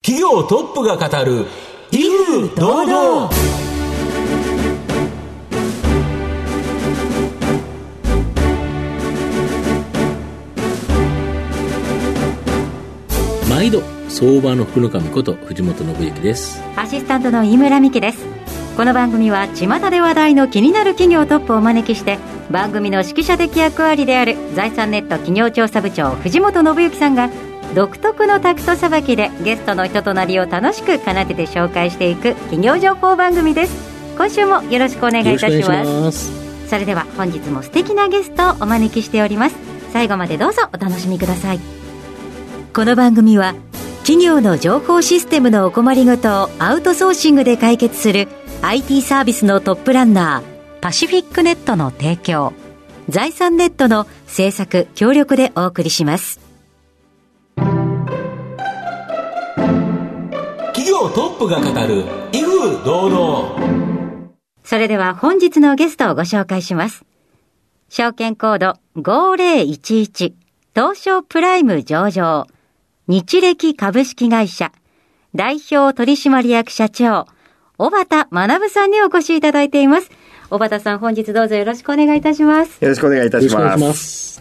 企業トップが語る威風堂々。 毎度相場の福の神こと藤本信之です。 アシスタントの飯村美希です。この番組は巷で話題の気になる企業トップをお招きして、番組の指揮者的役割である財産ネット企業調査部長藤本信之さんが独特のタクトさばきでゲストの人となりを楽しく奏でて紹介していく企業情報番組です。今週もよろしくお願いいたします。それでは本日も素敵なゲストをお招きしております。最後までどうぞお楽しみください。この番組は企業の情報システムのお困りごとをアウトソーシングで解決する IT サービスのトップランナーパシフィックネットの提供、財産ネットの制作協力でお送りします。 企業トップが語る威風堂々。 それでは本日のゲストをご紹介します。証券コード5011東証プライム上場日暦株式会社代表取締役社長小畑学さんにお越しいただいています。小畑さん、本日どうぞよろしくお願いいたします。 よろしくお願いいたします。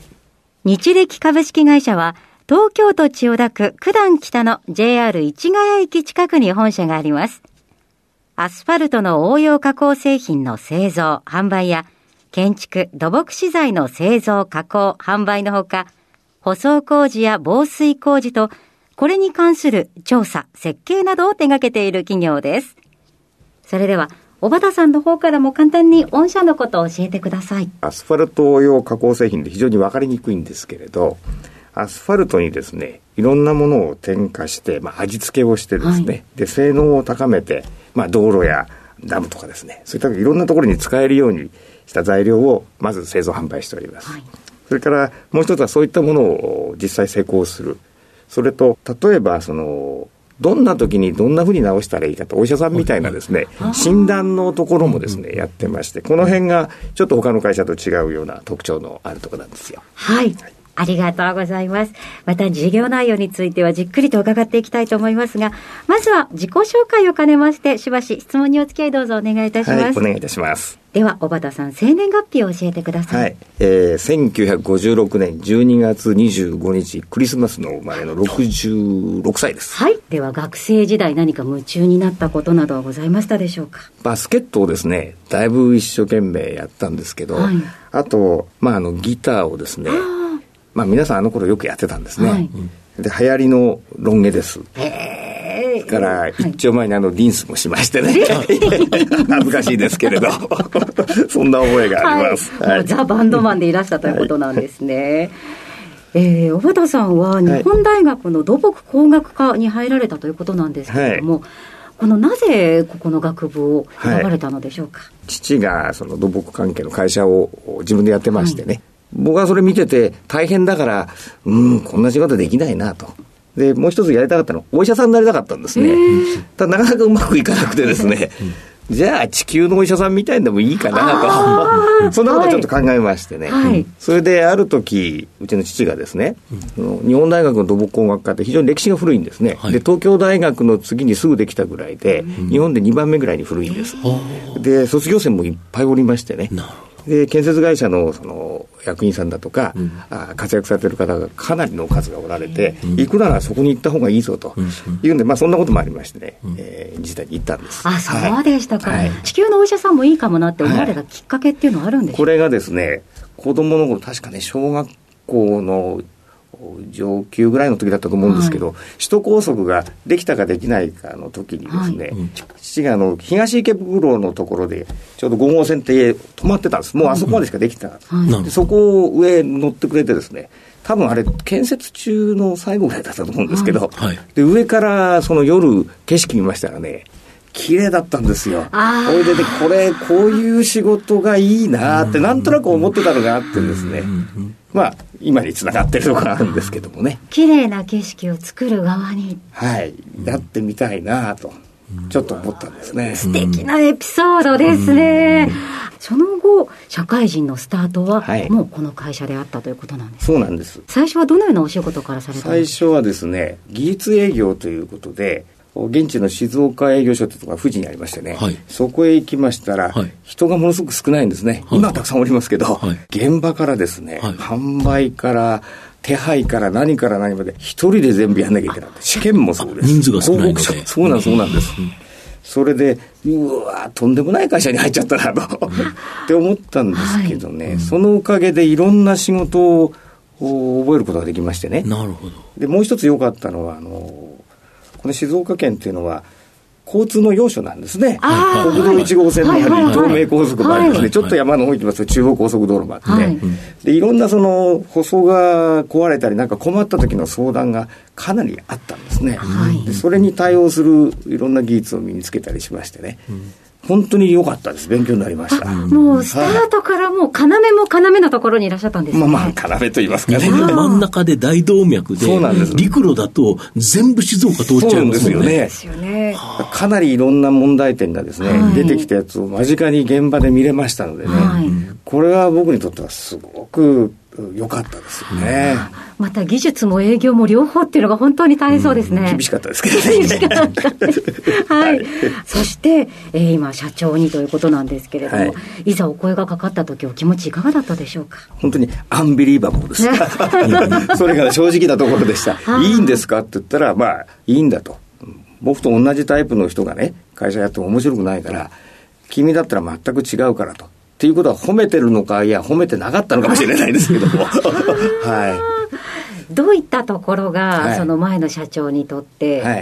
日暦株式会社は東京都千代田区九段北の JR 市ヶ谷駅近くに本社があります。アスファルトの応用加工製品の製造販売や建築土木資材の製造加工販売のほか、舗装工事や防水工事とこれに関する調査設計などを手掛けている企業です。それでは小畑さんの方からも簡単に御社のことを教えてください。 アスファルト用加工製品で非常に分かりにくいんですけれど、アスファルトにですね、いろんなものを添加して、味付けをしてですね、はい、で性能を高めて、道路やダムとかですね、そういったいろんなところに使えるようにした材料をまず製造販売しております。はい、それからもう一つはそういったものを実際施工する。それと例えばどんな時にどんな風に直したらいいかと、お医者さんみたいなですね、診断のところもですね、やってまして、この辺がちょっと他の会社と違うような特徴のあるところなんですよ。 はい。ありがとうございます。また事業内容についてはじっくりと伺っていきたいと思いますが、まずは自己紹介を兼ねまして、しばし質問にお付き合いどうぞお願いいたします。 はい、お願いいたします。 では小畑さん、生年月日を教えてください。 はい、1956年12月25日クリスマスの生まれの66歳です。 はい。では学生時代何か夢中になったことなどはございましたでしょうか。 バスケットをですね、だいぶ一生懸命やったんですけど、はい、あと、ギターをですね、皆さんあの頃よくやってたんですね。はい、で流行りのロン毛です。から一丁前にリンスもしましてね、恥ずかしいですけれどそんな覚えがあります。 はい、ザ・バンドマンでいらしたということなんですね。小畑さんは日本大学の土木工学科に入られたということなんですけれども、なぜここの学部を選ばれたのでしょうか。 父がその土木関係の会社を自分でやってましてね、僕はそれ見てて大変だから、こんな仕事できないなと。でもう一つやりたかったのはお医者さんになりたかったんですね。ただなかなかうまくいかなくてですねじゃあ地球のお医者さんみたいでもいいかなとそんなことをちょっと考えましてね、はい、それである時うちの父がですね、日本大学の土木工学科って非常に歴史が古いんですね。はい、で東京大学の次にすぐできたぐらいで、日本で2番目ぐらいに古いんです。で卒業生もいっぱいおりましてね、で建設会社の役員さんだとか、活躍されている方がかなりの数がおられて、行くならそこに行った方がいいぞというんで、そんなこともありましてね、自体に行ったんです。 そうでしたか。はい、地球のお医者さんもいいかもなって思われたきっかけっていうのはあるんでしょうか。 これがですね、子供の頃確かね、小学校の上級ぐらいの時だったと思うんですけど、首都高速ができたかできないかの時にですね、父が東池袋のところでちょうど5号線って止まってたんです。もうあそこまでしかできてなかった。でそこを上乗ってくれてですね、多分あれ建設中の最後ぐらいだったと思うんですけど、で上からその夜景色見ましたらね、綺麗だったんですよ。それでこういう仕事がいいなってなんとなく思ってたのがあってですね、今につながってるところがあるんですけどもね、 綺麗な景色を作る側にやってみたいなとちょっと思ったんですね。 素敵なエピソードですね。その後社会人のスタートはもうこの会社であったということなんですか。 そうなんです。 最初はどのようなお仕事からされたんですか。 最初はですね、技術営業ということで現地の静岡営業所ってところが富士にありましてね、 はい、 そこへ行きましたら、はい、人がものすごく少ないんですね、はい、今はたくさんおりますけど、はい、現場からですね、はい、販売から手配から何から何まで一人で全部やんなきゃいけない。試験もそうです。 人数が少ないので。 そうなんです。それでうわとんでもない会社に入っちゃったなとって思ったんですけどね、はい、そのおかげでいろんな仕事を覚えることができましてね。 なるほど。 でもう一つ良かったのはこの静岡県っていうのは交通の要所なんですね。国道1号線のあり、東名高速もありますね、ちょっと山の方行きますと中央高速道路もあってね、でいろんなその舗装が壊れたりなんか困った時の相談がかなりあったんですね、でそれに対応するいろんな技術を身につけたりしましてね、本当に良かったです。勉強になりました。 もうスタートからもう要のところにいらっしゃったんですね。 要と言いますかね。 真ん中で大動脈で、陸路だと全部静岡通っちゃうんですよね。 ですよね。かなりいろんな問題点がですね、出てきたやつを間近に現場で見れましたのでね、これは僕にとってはすごく良かったですよね。 また技術も営業も両方っていうのが本当に大変そうですね。 厳しかったですけどね。 厳しかったです。はい。そして、今社長にということなんですけれども、いざお声がかかった時お気持ちいかがだったでしょうか。 本当にアンビリーバボーです。それが正直なところでした。いいんですかって言ったら、まあいいんだと。僕と同じタイプの人がね、会社やっても面白くないから、君だったら全く違うからと。っていうことは褒めてるのか、いや褒めてなかったのかもしれないですけども、はい、 どういったところが、その前の社長にとって、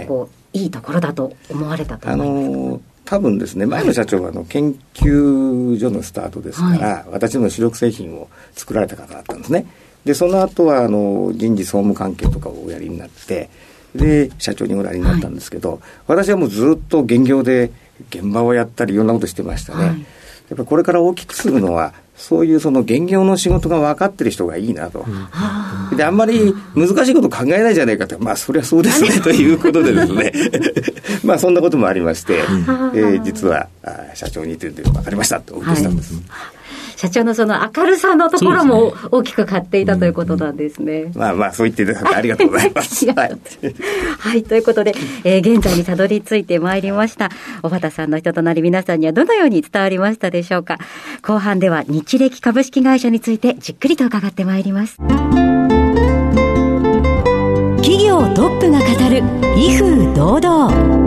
いいところだと思われたと思いますか。 多分ですね、前の社長は研究所のスタートですから、私どもの主力製品を作られた方だったんですね。でその後は人事総務関係とかをおやりになって、で社長におられになったんですけど、私はもうずっと現業で現場をやったりいろんなことしてましたね。やっぱりこれから大きくするのはそういうその現業の仕事が分かってる人がいいなと、であんまり難しいこと考えないじゃないかと、まあそりゃそうですねということでですねまあそんなこともありまして、実は社長にというのが分かりましたってお受けしたんです、 社長のその明るさのところも大きく買っていたということなんですね。 まあまあそう言っていただいてありがとうございますはい、ということで、現在にたどり着いてまいりました。小畑さんの人となり、皆さんにはどのように伝わりましたでしょうか。後半では日暦株式会社についてじっくりと伺ってまいります。企業トップが語る威風堂々。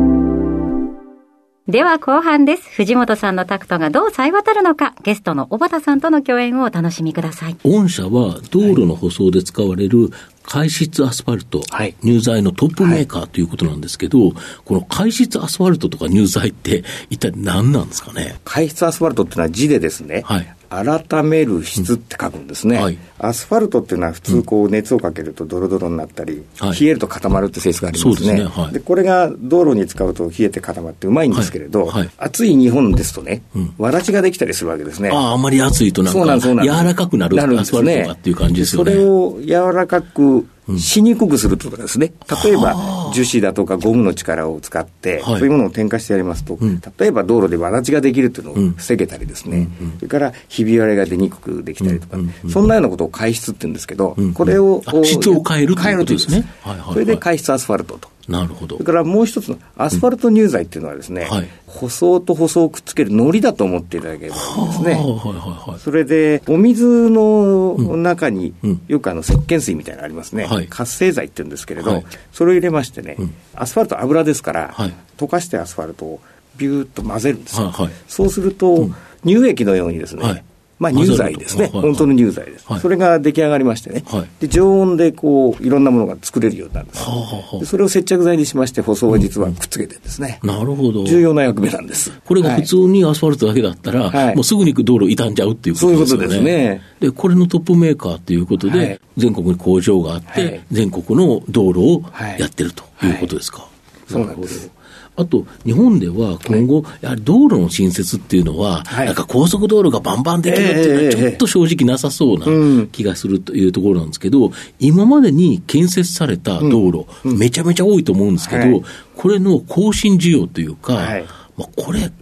では後半です。藤本さんのタクトがどう冴え渡るのか、ゲストの小畑さんとの共演をお楽しみください。 御社は道路の舗装で使われる開質アスファルト、入材のトップメーカーということなんですけど、この開質アスファルトとか入材って一体何なんですかね。 開質アスファルトっていうのは字でですね、改める質って書くんですね、アスファルトっていうのは普通こう熱をかけるとドロドロになったり、冷えると固まるって性質がありますね。でこれが道路に使うと冷えて固まってうまいんですけれど、暑い日本ですとね、わらちができたりするわけですね。 あまり暑いとなんか柔らかくなるアスファルトがっていう感じですよね。 それを柔らかくしにくくするとかですね、例えば樹脂だとかゴムの力を使って、そういうものを添加してやりますと、例えば道路でわらちができるというのを防げたりですね、それからひび割れが出にくくできたりとか、そんなようなことを開質って言うんですけど、これを質を変えるということですね。 それで開質アスファルトと。 なるほど。 それからもう一つのアスファルト入材っていうのはですね、舗装と舗装をくっつける糊だと思っていただければいいんですね。それでお水の中によく石鹸水みたいなのありますね、活性剤って言うんですけれど、それを入れましてね、アスファルト油ですから、溶かしてアスファルトをビューッと混ぜるんですよ、そうすると、乳液のようにですね、まあ、乳剤ですね、本当の乳剤です、それが出来上がりましてね、で常温でこういろんなものが作れるようになるんです、でそれを接着剤にしまして舗装は実はくっつけてですね、 なるほど、 重要な役目なんです。 これが普通にアスファルトだけだったら、もうすぐに道路傷んじゃうっていうことですよね。 そういうことですね。 でこれのトップメーカーということで、全国に工場があって、全国の道路をやってるということですか。 そうなんです。 あと日本では今後、やはり道路の新設っていうのは、なんか高速道路がバンバンできるっていうのはちょっと正直なさそうな気がするというところなんですけど、今までに建設された道路、めちゃめちゃ多いと思うんですけど、これの更新需要というか、これ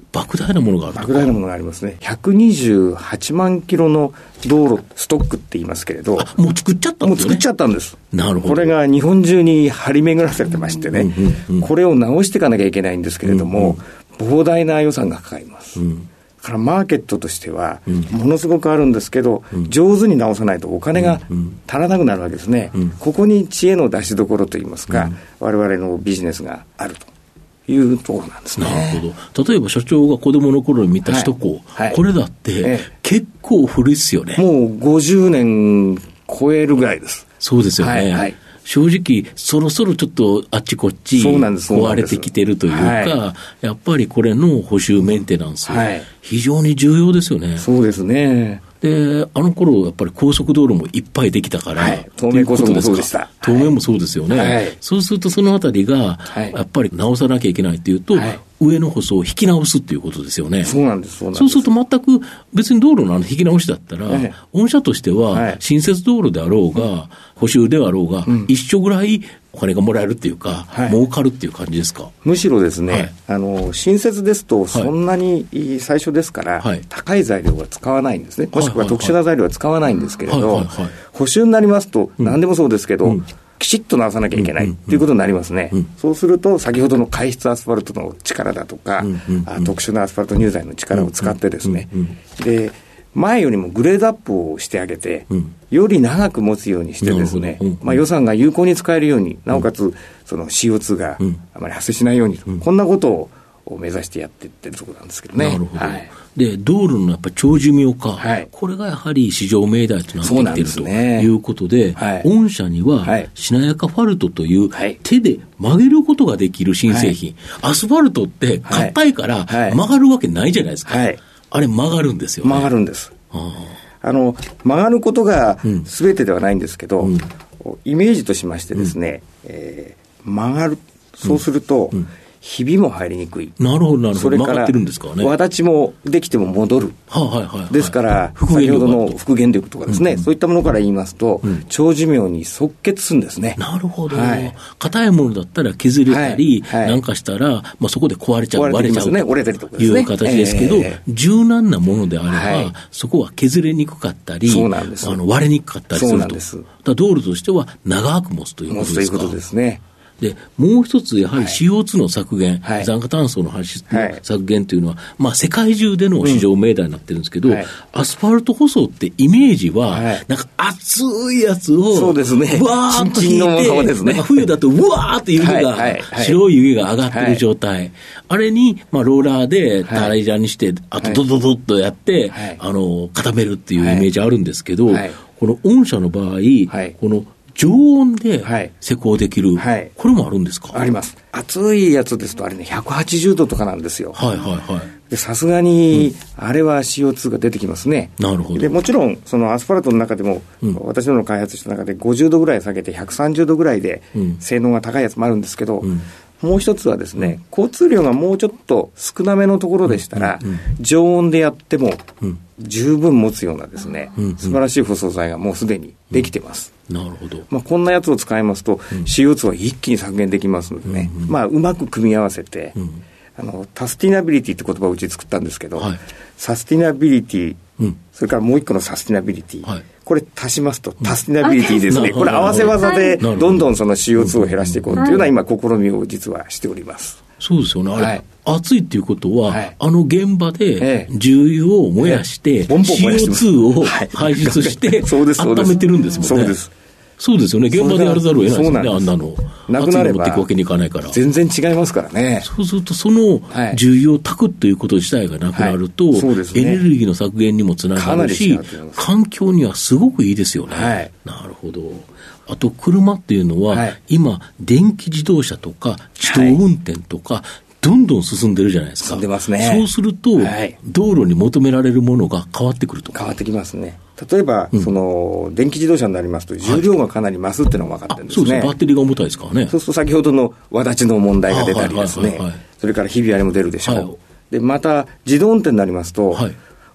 莫大なものがあるとか。 莫大なものがありますね。128万キロの道路ストックって言いますけれど、 もう作っちゃったんですよね。 もう作っちゃったんです。 なるほど。 これが日本中に張り巡らされてましてね、これを直していかなきゃいけないんですけれども、膨大な予算がかかります。だからマーケットとしてはものすごくあるんですけど、上手に直さないとお金が足らなくなるわけですね。ここに知恵の出しどころといいますか、我々のビジネスがあるというところなんですね。 なるほど。例えば所長が子供の頃に見た首都高、これだって結構古いですよね。 もう50年超えるぐらいです。 そうですよね。正直そろそろちょっとあっちこっち壊れてきてるというか、やっぱりこれの補修メンテナンス、非常に重要ですよね。 そうですね。 で、あの頃やっぱり高速道路もいっぱいできたから、 東名高速もそうでした。 東名もそうですよね。そうするとそのあたりがやっぱり直さなきゃいけないっていうと、上の舗装を引き直すっていうことですよね。 そうなんです。 そうすると全く別に道路の引き直しだったら、御社としては新設道路であろうが、補修であろうが、一緒ぐらいお金がもらえるっていうか、儲かるっていう感じですか。 むしろですね、新設ですとそんなに最初ですから、高い材料は使わないんですね。もしくは特殊な材料は使わないんですけれど、補修になりますと何でもそうですけど、きちっと直さなきゃいけないということになりますね。そうすると先ほどの回質アスファルトの力だとか、特殊なアスファルト乳剤の力を使ってですね、で前よりもグレードアップをしてあげて、より長く持つようにしてですね、予算が有効に使えるように、なおかつその CO2 があまり発生しないようにと、こんなことを目指してやっていってるところなんですけどね。 なるほど。で、道路のやっぱり長寿命化、これがやはり市場命題となってきているということで、御社にはしなやかファルトという手で曲げることができる新製品、アスファルトって硬いから曲がるわけないじゃないですか。あれ曲がるんですよね。 曲がるんです。曲がることが全てではないんですけど、イメージとしましてですね、曲がる、そうすると、ひびも入りにくい。 なるほど、なるほど。 それから曲がってるんですからね。 わだちもできても戻る。ですから、先ほどの復元力とかですね、そういったものから言いますと、長寿命に即決するんですね。 なるほど。硬いものだったら削れたり、なんかしたら、そこで壊れちゃう、割れちゃうという形ですけど、柔軟なものであれば、そこは削れにくかったり、割れにくかったりすると。 そうなんです。 道路としては長く持つということですか。 持つということですね。 で、もう一つ、やはり CO2 の削減、二酸化炭素の排出の削減というのは、世界中での市場命題になってるんですけど、アスファルト舗装ってイメージは、なんか熱いやつを、 そうですね、 わーっと引いて、なんか冬だとうわーって湯気が、白い湯気が上がってる状態。あれに、ローラーでタライジャーにして、あとドドドッとやって、固めるっていうイメージあるんですけど、この御社の場合、この常温で施工できる、これもあるんですか？ あります。熱いやつですとあれね、180度とかなんですよ。さすがに、あれは CO2 が出てきますね。 なるほど。 でもちろんそのアスファルトの中でも、私どもの開発した中で50度ぐらい下げて130度ぐらいで性能が高いやつもあるんですけど、もう一つはですね、交通量がもうちょっと少なめのところでしたら、常温でやっても十分持つようなですね、素晴らしい舗装材がもうすでにできてます。 なるほど。 こんなやつを使いますと、CO2 は一気に削減できますのでね、うまく組み合わせて、タスティナビリティって言葉をうち作ったんですけど、サスティナビリティ、それからもう一個のサスティナビリティ、これ足しますとタスティナビリティですね。これ合わせ技でどんどんその CO2 を減らしていこうというような今試みを実はしております。 そうですよね。あれ、熱いっていうことは、現場で重油を燃やして、CO2 を排出して温めてるんですもんね。 そうです。 そうですよね。現場でやらざるを得ないですよね、あんなの。 なくなれば熱いの持っていくわけにいかないから。 全然違いますからね。 そうすると、その重油を炊くということ自体がなくなると、エネルギーの削減にもつながるし、環境にはすごくいいですよね。なるほど。あと、車っていうのは、今、電気自動車とか、自動運転とか、どんどん進んでるじゃないですか。 進んでますね。 そうすると、道路に求められるものが変わってくると。 変わってきますね。例えば、その電気自動車になりますと重量がかなり増すっていうのが分かってるんですね。 そうですね。バッテリーが重たいですからね。 そうすると先ほどのわだちの問題が出たりですね。それからひび割れも出るでしょう。でまた自動運転になりますと、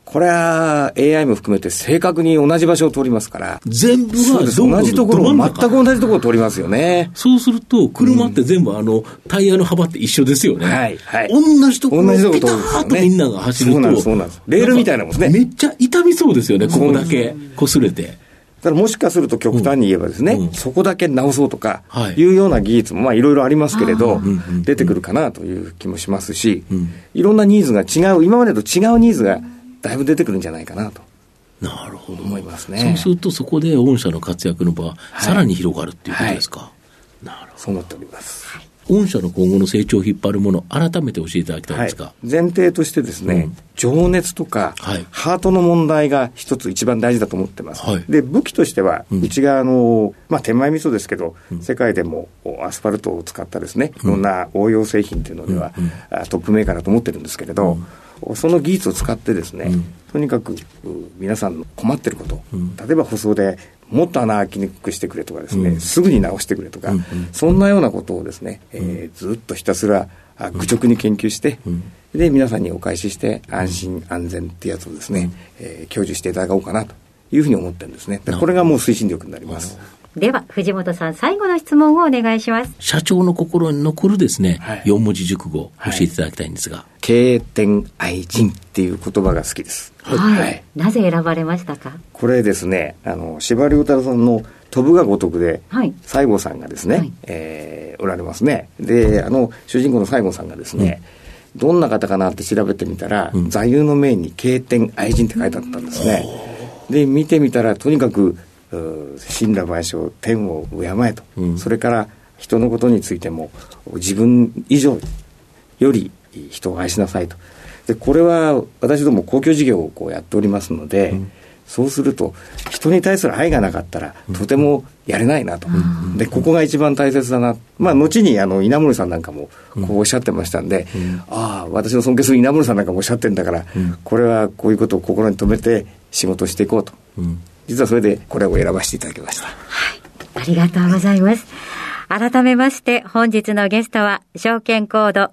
これは AI も含めて正確に同じ場所を通りますから、 全部が同じところを全く同じところを通りますよね。 そうすると車って全部タイヤの幅って一緒ですよね。 はいはい。 同じところをピターッとみんなが走ると、 そうなんです。レールみたいなもんですね。 めっちゃ痛みそうですよね、ここだけ擦れて。 だからもしかすると極端に言えばですね、そこだけ直そうとかいうような技術もいろいろありますけれど、出てくるかなという気もしますし、いろんなニーズが違う、今までと違うニーズがだいぶ出てくるんじゃないかなと。 なるほど。 思いますね。 そうするとそこで御社の活躍の場はさらに広がるっていうことですか。はい、なるほど。 そう思っております。 御社の今後の成長を引っ張るもの、改めて教えていただきたいんですか。 前提としてですね、情熱とか、ハートの問題が一つ一番大事だと思ってます。で、武器としては、うちが手前味噌ですけど、世界でもアスファルトを使ったですね、いろんな応用製品というのでは、トップメーカーだと思ってるんですけれど、その技術を使ってですね、とにかく皆さんの困ってること、例えば舗装でもっと穴開きにくくしてくれとかですね、すぐに直してくれとか、そんなようなことをですね、ずっとひたすら愚直に研究して、で皆さんにお返しして安心安全ってやつをですね、享受していただこうかなというふうに思ってるんですね。これがもう推進力になります。 では藤本さん、最後の質問をお願いします。 社長の心に残るですね、4文字熟語を教えていただきたいんですが、 経典愛人っていう言葉が好きです。 なぜ選ばれましたか。 これですね、司馬遼太郎さんの飛ぶが如くで、西郷さんがですね、おられますね。で、主人公の西郷さんがですね、どんな方かなって調べてみたら、座右の銘に経典愛人って書いてあったんですね。で、見てみたらとにかく神羅万象、天を敬えと、それから人のことについても自分以上より人を愛しなさいと。で、これは私ども公共事業をやっておりますので、そうすると人に対する愛がなかったらとてもやれないなと。で、ここが一番大切だな。後に稲森さんなんかもこうおっしゃってましたんで、私の尊敬する稲森さんなんかもおっしゃってるんだから、これはこういうことを心に留めて仕事していこうと。実はそれでこれを選ばせていただきました。 ありがとうございます。改めまして本日のゲストは証券コード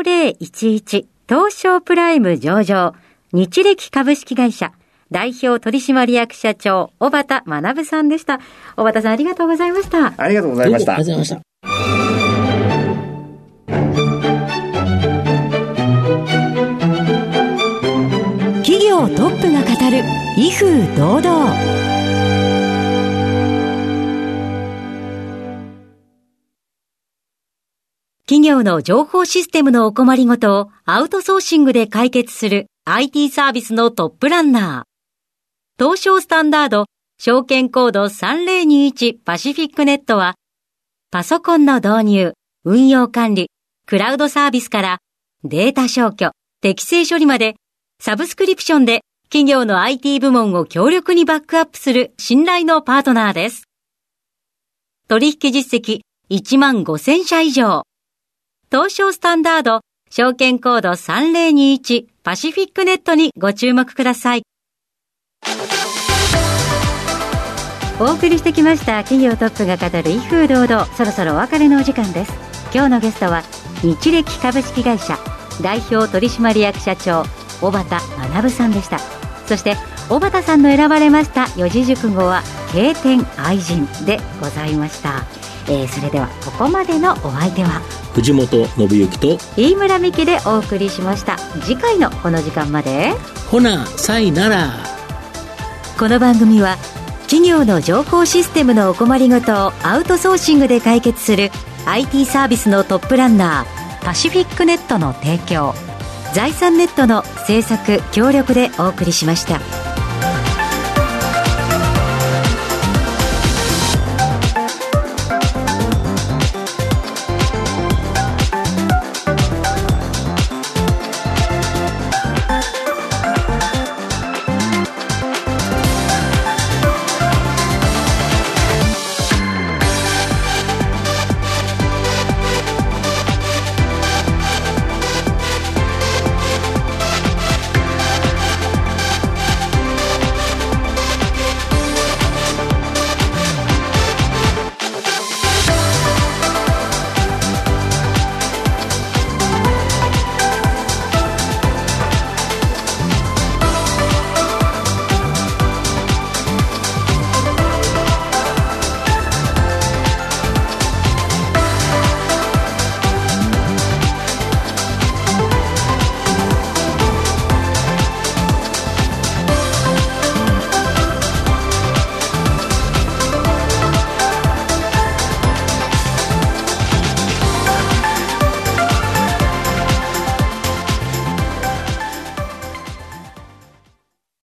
5011東証プライム上場日暦株式会社代表取締役社長小畑学さんでした。小畑さん、ありがとうございました。 ありがとうございました。 ありがとうございました。 企業トップが語る威風堂々。 企業の情報システムのお困りごとをアウトソーシングで解決する IT サービスのトップランナー。東証スタンダード証券コード3021パシフィックネットはパソコンの導入、運用管理、クラウドサービスからデータ消去、適正処理までサブスクリプションで企業の IT 部門を強力にバックアップする信頼のパートナーです。取引実績15,000社以上。東証スタンダード証券コード3021パシフィックネットにご注目ください。お送りしてきました企業トップが語る威風堂々、そろそろお別れのお時間です。今日のゲストは日暦株式会社代表取締役社長小畑学さんでした。そして小畑さんの選ばれました四字熟語は経典愛人でございました。それではここまでのお相手は藤本信之と飯村美希でお送りしました。次回のこの時間までほなさいなら。 この番組は企業の情報システムのお困りごとをアウトソーシングで解決する IT サービスのトップランナーパシフィックネットの提供、財産ネットの制作協力でお送りしました。